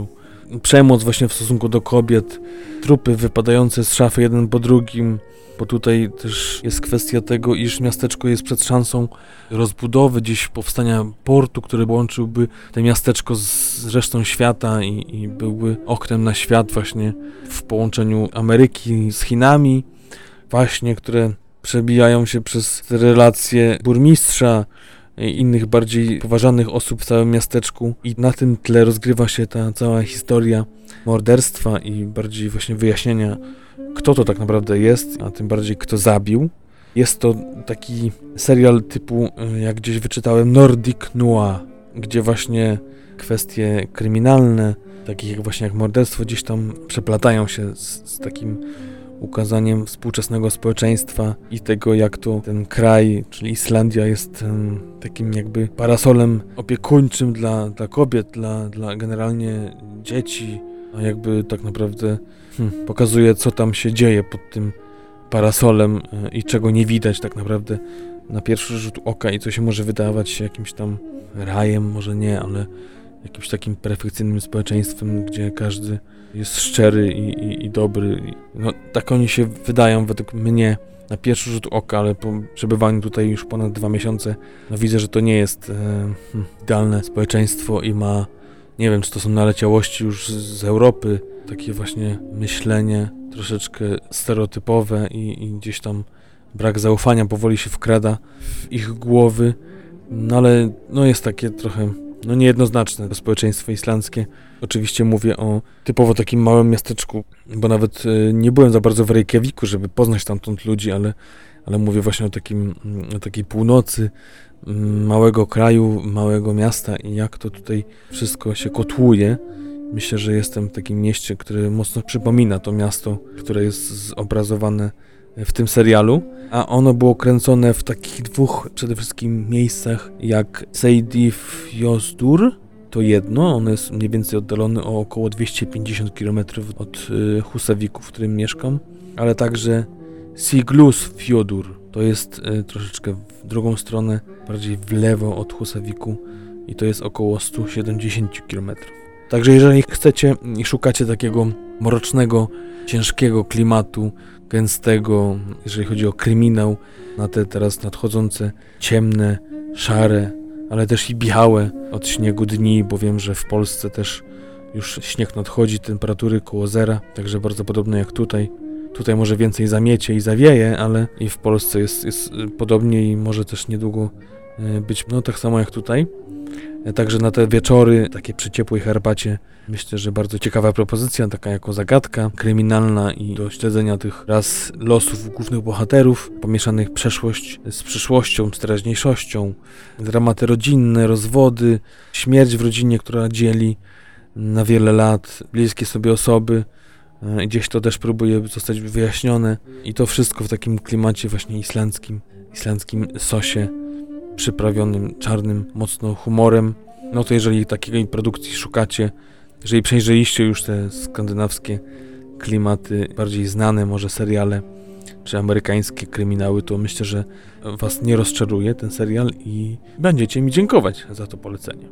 przemoc właśnie w stosunku do kobiet, trupy wypadające z szafy jeden po drugim, bo tutaj też jest kwestia tego, iż miasteczko jest przed szansą rozbudowy, gdzieś powstania portu, który łączyłby to miasteczko z resztą świata i, i byłby oknem na świat właśnie w połączeniu Ameryki z Chinami, właśnie, które przebijają się przez relacje burmistrza i innych bardziej poważanych osób w całym miasteczku i na tym tle rozgrywa się ta cała historia morderstwa i bardziej właśnie wyjaśnienia, kto to tak naprawdę jest, a tym bardziej kto zabił. Jest to taki serial typu, jak gdzieś wyczytałem, Nordic Noir, gdzie właśnie kwestie kryminalne, takich jak właśnie jak morderstwo, gdzieś tam przeplatają się z, z takim ukazaniem współczesnego społeczeństwa i tego, jak to ten kraj, czyli Islandia, jest um, takim jakby parasolem opiekuńczym dla, dla kobiet, dla, dla generalnie dzieci, a jakby tak naprawdę hmm, pokazuje, co tam się dzieje pod tym parasolem y, i czego nie widać tak naprawdę na pierwszy rzut oka i co się może wydawać się jakimś tam rajem, może nie, ale jakimś takim perfekcyjnym społeczeństwem, gdzie każdy jest szczery i, i, i dobry. No, tak oni się wydają według mnie na pierwszy rzut oka, ale po przebywaniu tutaj już ponad dwa miesiące, no widzę, że to nie jest e, hmm, idealne społeczeństwo i ma, nie wiem, czy to są naleciałości już z, z Europy, takie właśnie myślenie troszeczkę stereotypowe i, i gdzieś tam brak zaufania powoli się wkrada w ich głowy, no ale no jest takie trochę no niejednoznaczne to społeczeństwo islandzkie. Oczywiście mówię o typowo takim małym miasteczku, bo nawet y, nie byłem za bardzo w Reykjaviku, żeby poznać tamtąd ludzi, ale, ale mówię właśnie o takim, o takiej północy y, małego kraju, małego miasta i jak to tutaj wszystko się kotłuje. Myślę, że jestem w takim mieście, które mocno przypomina to miasto, które jest zobrazowane w tym serialu, a ono było kręcone w takich dwóch przede wszystkim miejscach jak Seyðisfjörður, to jedno, ono jest mniej więcej oddalone o około dwieście pięćdziesiąt kilometrów od y, Húsavíku, w którym mieszkam, ale także Siglufjörður, to jest y, troszeczkę w drugą stronę, bardziej w lewo od Húsavíku i to jest około sto siedemdziesiąt kilometrów. Także jeżeli chcecie i szukacie takiego mrocznego, ciężkiego klimatu, gęstego, jeżeli chodzi o kryminał, na te teraz nadchodzące ciemne, szare, ale też i białe od śniegu dni, bo wiem, że w Polsce też już śnieg nadchodzi, temperatury koło zera, także bardzo podobne jak tutaj. Tutaj może więcej zamiecie i zawieje, ale i w Polsce jest, jest podobnie i może też niedługo być no tak samo jak tutaj. Także na te wieczory, takie przy ciepłej herbacie, myślę, że bardzo ciekawa propozycja, taka jako zagadka kryminalna i do śledzenia tych raz losów głównych bohaterów, pomieszanych przeszłość z przyszłością, z teraźniejszością, dramaty rodzinne, rozwody, śmierć w rodzinie, która dzieli na wiele lat, bliskie sobie osoby. Gdzieś to też próbuje zostać wyjaśnione i to wszystko w takim klimacie właśnie islandzkim, islandzkim sosie, przyprawionym czarnym mocno humorem. No to jeżeli takiej produkcji szukacie, jeżeli przejrzeliście już te skandynawskie klimaty, bardziej znane może seriale, czy amerykańskie kryminały, to myślę, że was nie rozczaruje ten serial i będziecie mi dziękować za to polecenie.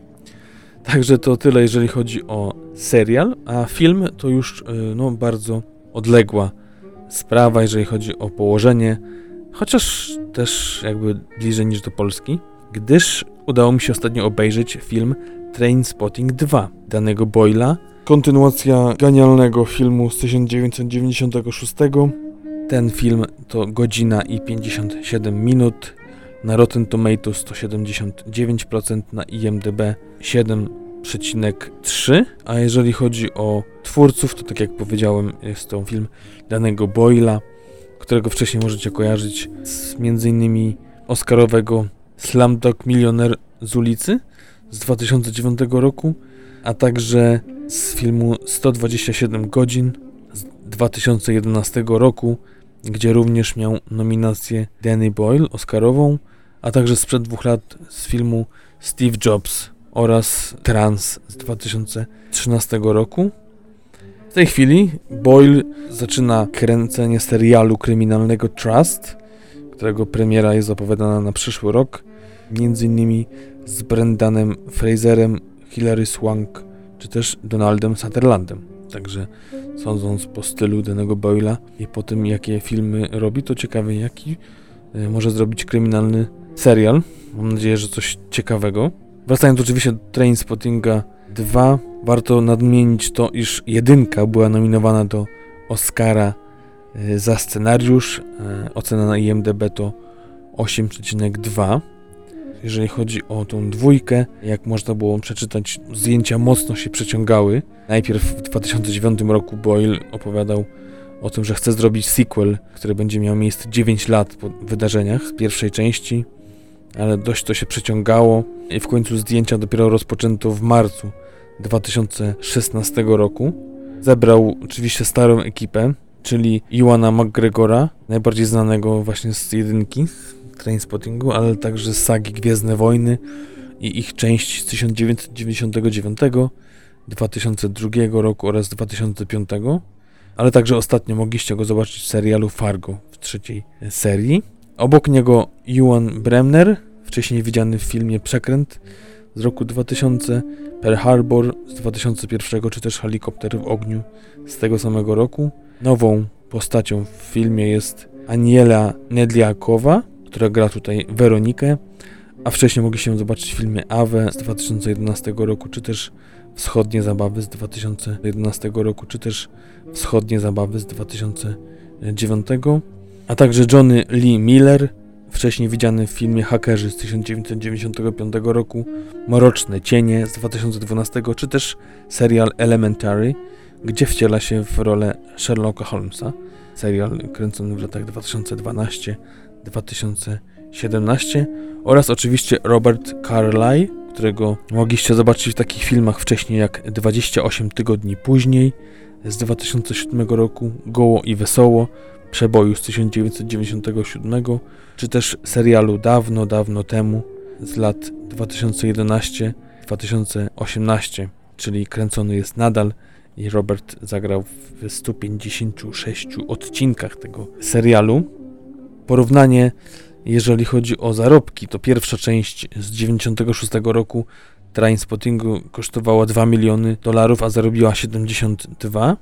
Także to tyle, jeżeli chodzi o serial, a film to już no, bardzo odległa sprawa, jeżeli chodzi o położenie, chociaż też jakby bliżej niż do Polski, gdyż udało mi się ostatnio obejrzeć film Trainspotting dwa Danny'ego Boyla, kontynuacja genialnego filmu z tysiąc dziewięćset dziewięćdziesiątego szóstego. Ten film to godzina i pięćdziesiąt siedem minut, na Rotten Tomatoes sto siedemdziesiąt dziewięć procent, na I M D B siedem przecinek trzy, a jeżeli chodzi o twórców, to tak jak powiedziałem, jest to film Danny'ego Boyla, którego wcześniej możecie kojarzyć z między innymi oscarowego Slumdog Millionaire z ulicy z dwa tysiące dziewiątego roku, a także z filmu sto dwadzieścia siedem godzin z dwa tysiące jedenastego roku, gdzie również miał nominację Danny Boyle oscarową, a także sprzed dwóch lat z filmu Steve Jobs oraz Trans z dwa tysiące trzynastego roku. W tej chwili Boyle zaczyna kręcenie serialu kryminalnego Trust, którego premiera jest zapowiadana na przyszły rok, między innymi z Brendanem Fraserem, Hilary Swank czy też Donaldem Sutherlandem. Także sądząc po stylu Danny'ego Boyle'a i po tym, jakie filmy robi, to ciekawie, jaki y, może zrobić kryminalny serial. Mam nadzieję, że coś ciekawego. Wracając oczywiście do Trainspottinga dwa, warto nadmienić to, iż jedynka była nominowana do Oscara y, za scenariusz. Y, ocena na I M D B to osiem przecinek dwa. Jeżeli chodzi o tą dwójkę, jak można było przeczytać, zdjęcia mocno się przeciągały. Najpierw w dwa tysiące dziewiątym roku Boyle opowiadał o tym, że chce zrobić sequel, który będzie miał miejsce dziewięć lat po wydarzeniach z pierwszej części, ale dość to się przeciągało i w końcu zdjęcia dopiero rozpoczęto w marcu dwa tysiące szesnastego roku. Zebrał oczywiście starą ekipę, czyli Ewana McGregora, najbardziej znanego właśnie z jedynki, Trainspottingu, ale także z sagi Gwiezdne Wojny i ich części z tysiąc dziewięćset dziewięćdziesiątego dziewiątego, dwa tysiące drugiego roku oraz dwa tysiące piątego, ale także ostatnio mogliście go zobaczyć w serialu Fargo w trzeciej serii. Obok niego Ewan Bremner, wcześniej widziany w filmie Przekręt z roku dwa tysiące, Pearl Harbor z dwa tysiące pierwszego, czy też Helikopter w ogniu z tego samego roku. Nową postacią w filmie jest Aniela Nedliakowa, która gra tutaj Weronikę, a wcześniej mogliście ją zobaczyć w filmie Awe z dwa tysiące jedenastego roku, czy też Wschodnie Zabawy z dwa tysiące jedenastego roku, czy też Wschodnie Zabawy z dwa tysiące dziewiątego, a także Johnny Lee Miller, wcześniej widziany w filmie Hakerzy z tysiąc dziewięćset dziewięćdziesiątego piątego roku, Mroczne Cienie z dwa tysiące dwunastego, czy też serial Elementary, gdzie wciela się w rolę Sherlocka Holmesa. Serial kręcony w latach dwa tysiące dwunastego do dwa tysiące siedemnastego, oraz oczywiście Robert Carlyle, którego mogliście zobaczyć w takich filmach wcześniej jak dwadzieścia osiem tygodni później z dwa tysiące siódmego roku, Goło i Wesoło, Przeboju z tysiąc dziewięćset dziewięćdziesiątego siódmego, czy też serialu Dawno, dawno temu z lat dwa tysiące jedenastego do dwa tysiące osiemnastego, czyli kręcony jest nadal i Robert zagrał w stu pięćdziesięciu sześciu odcinkach tego serialu. Porównanie, jeżeli chodzi o zarobki, to pierwsza część z dziewięćdziesiątego szóstego roku Trainspottingu kosztowała dwa miliony dolarów, a zarobiła siedemdziesiąt dwa.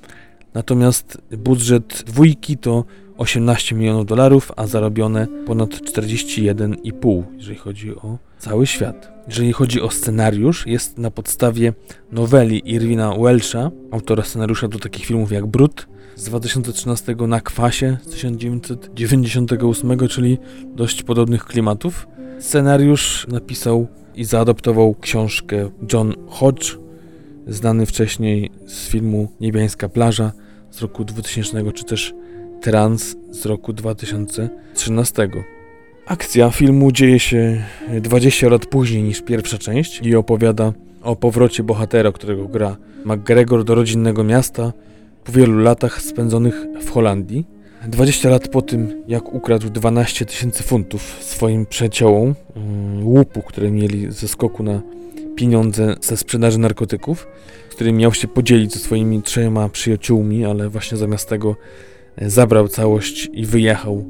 Natomiast budżet dwójki to osiemnaście milionów dolarów, a zarobione ponad czterdzieści jeden i pół, jeżeli chodzi o cały świat. Jeżeli chodzi o scenariusz, jest na podstawie noweli Irwina Welsha, autora scenariusza do takich filmów jak Brud z dwa tysiące trzynastego, Na kwasie z tysiąc dziewięćset dziewięćdziesiątego ósmego, czyli dość podobnych klimatów. Scenariusz napisał i zaadoptował książkę John Hodge, znany wcześniej z filmu Niebiańska plaża z roku dwutysięcznego, czy też Trans z roku dwa tysiące trzynastego. Akcja filmu dzieje się dwadzieścia lat później niż pierwsza część i opowiada o powrocie bohatera, którego gra McGregor, do rodzinnego miasta po wielu latach spędzonych w Holandii. dwadzieścia lat po tym, jak ukradł dwanaście tysięcy funtów swoim przyjaciołom, łupu, które mieli ze skoku na pieniądze ze sprzedaży narkotyków, którym miał się podzielić ze swoimi trzema przyjaciółmi, ale właśnie zamiast tego zabrał całość i wyjechał,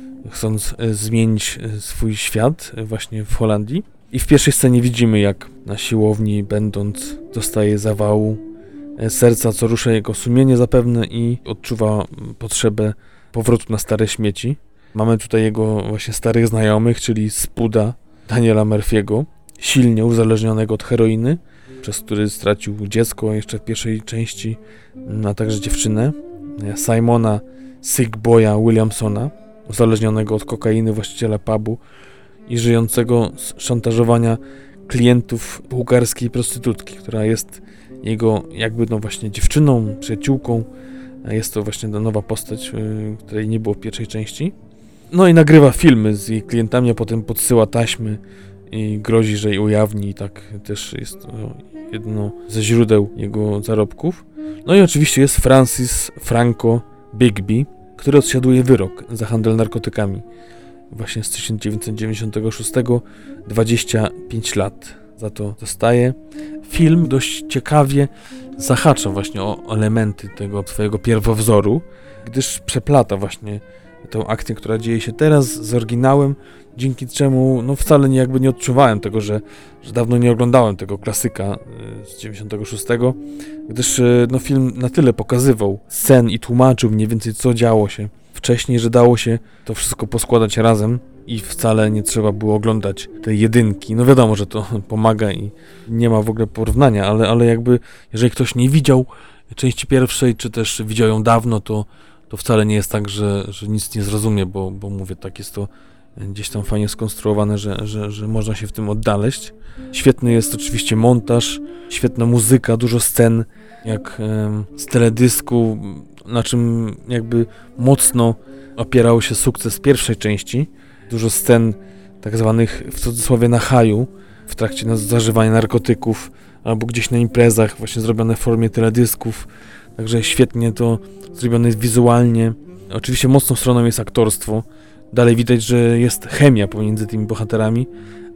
chcąc zmienić swój świat właśnie w Holandii. I w pierwszej scenie widzimy, jak na siłowni będąc dostaje zawału serca, co rusza jego sumienie zapewne i odczuwa potrzebę powrotu na stare śmieci. Mamy tutaj jego właśnie starych znajomych, czyli Spuda, Daniela Murphy'ego, silnie uzależnionego od heroiny, przez który stracił dziecko jeszcze w pierwszej części, a także dziewczynę, Simona Sigboya Williamsona, uzależnionego od kokainy, właściciela pubu i żyjącego z szantażowania klientów bułgarskiej prostytutki, która jest jego jakby no właśnie dziewczyną, przyjaciółką. Jest to właśnie ta nowa postać, yy, której nie było w pierwszej części. No i nagrywa filmy z jej klientami, a potem podsyła taśmy i grozi, że je ujawni, i tak też jest no, jedno ze źródeł jego zarobków. No i oczywiście jest Francis Franco Bigby, który odsiaduje wyrok za handel narkotykami. Właśnie z tysiąc dziewięćset dziewięćdziesiątego szóstego, dwadzieścia pięć lat za to dostaje. Film dość ciekawie zahacza właśnie o elementy tego swojego pierwowzoru, gdyż przeplata właśnie tę akcję, która dzieje się teraz z oryginałem, dzięki czemu no wcale nie, jakby nie odczuwałem tego, że, że dawno nie oglądałem tego klasyka z dziewięćdziesiątego szóstego, gdyż no, film na tyle pokazywał scen i tłumaczył mniej więcej, co działo się wcześniej, że dało się to wszystko poskładać razem i wcale nie trzeba było oglądać tej jedynki. No wiadomo, że to pomaga i nie ma w ogóle porównania, ale, ale jakby jeżeli ktoś nie widział części pierwszej, czy też widział ją dawno, to, to wcale nie jest tak, że, że nic nie zrozumie, bo, bo mówię, tak jest to gdzieś tam fajnie skonstruowane, że, że, że można się w tym odnaleźć. Świetny jest oczywiście montaż, świetna muzyka, dużo scen, jak e, z teledysku, na czym jakby mocno opierał się sukces pierwszej części. Dużo scen tak zwanych w cudzysłowie na haju, w trakcie zażywania narkotyków, albo gdzieś na imprezach, właśnie zrobione w formie teledysków. Także świetnie to zrobione jest wizualnie. Oczywiście mocną stroną jest aktorstwo. Dalej widać, że jest chemia pomiędzy tymi bohaterami,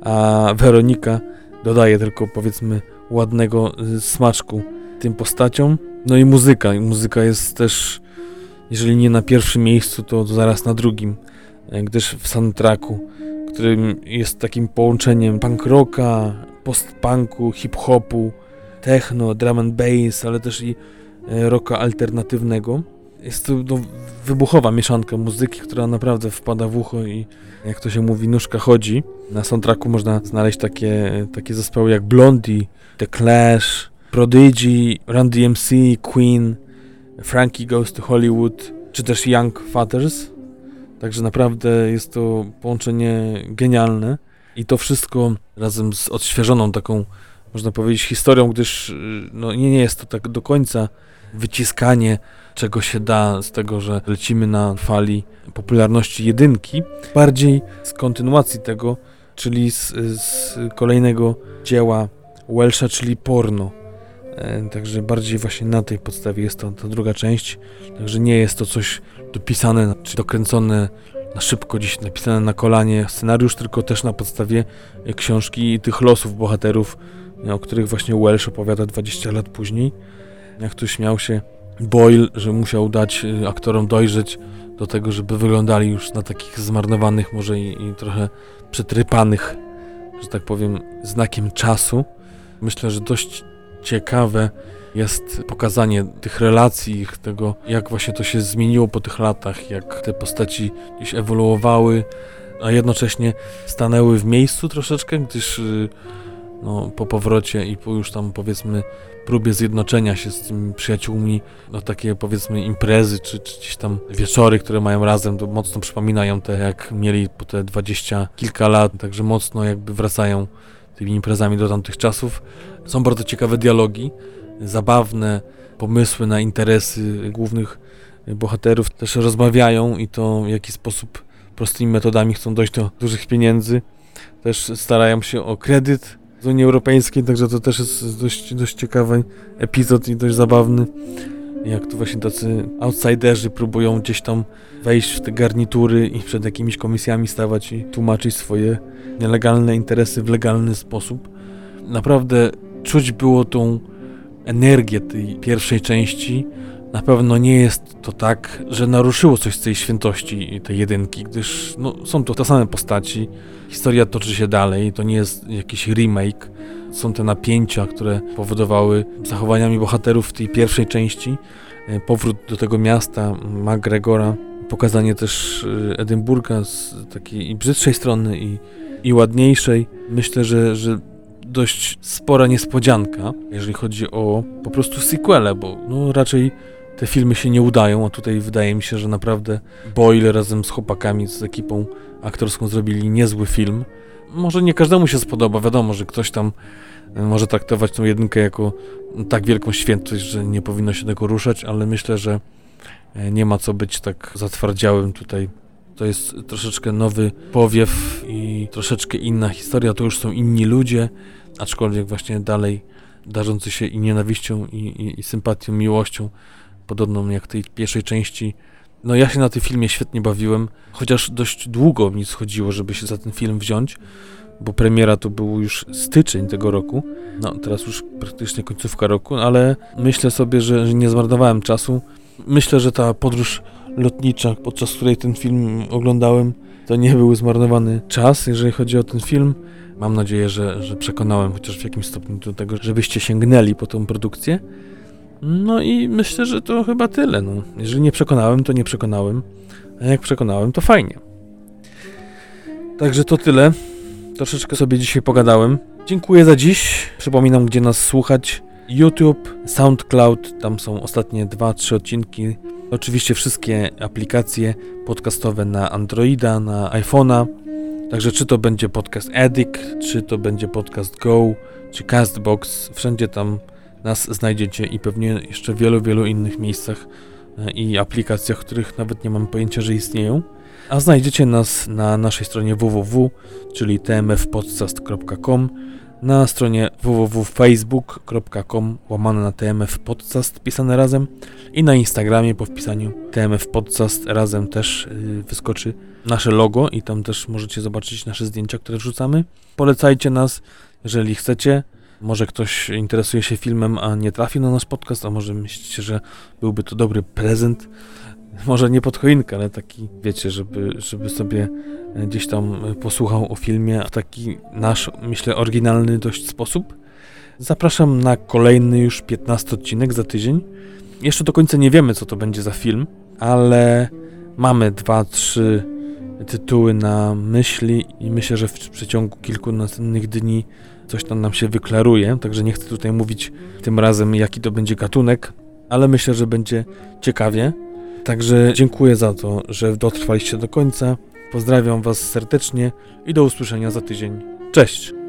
a Weronika dodaje tylko, powiedzmy, ładnego smaczku tym postaciom. No i muzyka. I muzyka jest też, jeżeli nie na pierwszym miejscu, to, to zaraz na drugim, gdyż w soundtracku, którym jest takim połączeniem punk rocka, post-punku, hip-hopu, techno, drum and bass, ale też i rocka alternatywnego. Jest to no, wybuchowa mieszanka muzyki, która naprawdę wpada w ucho i, jak to się mówi, nóżka chodzi. Na soundtracku można znaleźć takie, takie zespoły jak Blondie, The Clash, Prodigy, Run D M C, Queen, Frankie Goes to Hollywood, czy też Young Fathers. Także naprawdę jest to połączenie genialne i to wszystko razem z odświeżoną taką, można powiedzieć, historią, gdyż no, nie, nie jest to tak do końca wyciskanie czego się da z tego, że lecimy na fali popularności jedynki, bardziej z kontynuacji tego, czyli z, z kolejnego dzieła Welsha, czyli Porno. E, także bardziej właśnie na tej podstawie jest to ta druga część, także nie jest to coś dopisane, czy dokręcone na szybko, gdzieś napisane na kolanie scenariusz, tylko też na podstawie książki i tych losów bohaterów, o których właśnie Welsh opowiada dwadzieścia lat później. Jak tu śmiał się Boyle, że musiał dać aktorom dojrzeć do tego, żeby wyglądali już na takich zmarnowanych, może i, i trochę przetrypanych, że tak powiem, znakiem czasu. Myślę, że dość ciekawe jest pokazanie tych relacji, tego, jak właśnie to się zmieniło po tych latach, jak te postaci gdzieś ewoluowały, a jednocześnie stanęły w miejscu troszeczkę, gdyż no, po powrocie i po już tam, powiedzmy, próbie zjednoczenia się z tymi przyjaciółmi, no takie, powiedzmy, imprezy, czy, czy gdzieś tam wieczory, które mają razem, to mocno przypominają te, jak mieli po te dwadzieścia kilka lat, także mocno jakby wracają tymi imprezami do tamtych czasów. Są bardzo ciekawe dialogi, zabawne pomysły na interesy głównych bohaterów, też rozmawiają i to w jaki sposób prostymi metodami chcą dojść do dużych pieniędzy. Też starają się o kredyt z Unii Europejskiej, także to też jest dość, dość ciekawy epizod i dość zabawny, jak tu właśnie tacy outsiderzy próbują gdzieś tam wejść w te garnitury i przed jakimiś komisjami stawać i tłumaczyć swoje nielegalne interesy w legalny sposób. Naprawdę czuć było tą energię tej pierwszej części. Na pewno nie jest to tak, że naruszyło coś z tej świętości tej jedynki, gdyż no, są to te same postaci, historia toczy się dalej, to nie jest jakiś remake, są te napięcia, które powodowały zachowaniami bohaterów w tej pierwszej części, powrót do tego miasta McGregora, pokazanie też Edynburga z takiej i brzydszej strony i, i ładniejszej. Myślę, że, że dość spora niespodzianka, jeżeli chodzi o po prostu sequele, bo no, raczej te filmy się nie udają, a tutaj wydaje mi się, że naprawdę Boyle razem z chłopakami, z ekipą aktorską zrobili niezły film. Może nie każdemu się spodoba, wiadomo, że ktoś tam może traktować tą jedynkę jako tak wielką świętość, że nie powinno się tego ruszać, ale myślę, że nie ma co być tak zatwardziałym tutaj. To jest troszeczkę nowy powiew i troszeczkę inna historia, to już są inni ludzie, aczkolwiek właśnie dalej darzący się i nienawiścią, i, i, i sympatią, miłością, podobną jak tej pierwszej części. No ja się na tym filmie świetnie bawiłem, chociaż dość długo mi schodziło, żeby się za ten film wziąć, bo premiera to był już styczeń tego roku, no teraz już praktycznie końcówka roku, ale myślę sobie, że, że nie zmarnowałem czasu. Myślę, że ta podróż lotnicza, podczas której ten film oglądałem. To nie był zmarnowany czas, jeżeli chodzi o ten film. Mam nadzieję, że, że przekonałem chociaż w jakimś stopniu do tego, żebyście sięgnęli po tą produkcję. No i myślę, że to chyba tyle. No. Jeżeli nie przekonałem, to nie przekonałem. A jak przekonałem, to fajnie. Także to tyle. Troszeczkę sobie dzisiaj pogadałem. Dziękuję za dziś. Przypominam, gdzie nas słuchać. YouTube, SoundCloud, tam są ostatnie dwa trzy odcinki. Oczywiście wszystkie aplikacje podcastowe na Androida, na iPhone'a. Także czy to będzie podcast Addict, czy to będzie podcast Go, czy Castbox, wszędzie tam nas znajdziecie i pewnie jeszcze w wielu, wielu innych miejscach i aplikacjach, których nawet nie mam pojęcia, że istnieją. A znajdziecie nas na naszej stronie www, czyli t m f podcast kropka com, na stronie www kropka facebook kropka com łamane na T M F Podcast pisane razem i na Instagramie po wpisaniu T M F Podcast razem też yy, wyskoczy nasze logo i tam też możecie zobaczyć nasze zdjęcia, które wrzucamy. Polecajcie nas, jeżeli chcecie. Może ktoś interesuje się filmem, a nie trafi na nasz podcast, a może myślicie, że byłby to dobry prezent. Może nie pod choinkę, ale taki, wiecie, żeby, żeby sobie gdzieś tam posłuchał o filmie w taki nasz, myślę, oryginalny dość sposób. Zapraszam na kolejny już piętnasty odcinek za tydzień. Jeszcze do końca nie wiemy, co to będzie za film, ale mamy dwa, trzy tytuły na myśli i myślę, że w przeciągu kilku następnych dni coś tam nam się wyklaruje, także nie chcę tutaj mówić tym razem, jaki to będzie gatunek, ale myślę, że będzie ciekawie. Także dziękuję za to, że dotrwaliście do końca. Pozdrawiam Was serdecznie i do usłyszenia za tydzień. Cześć!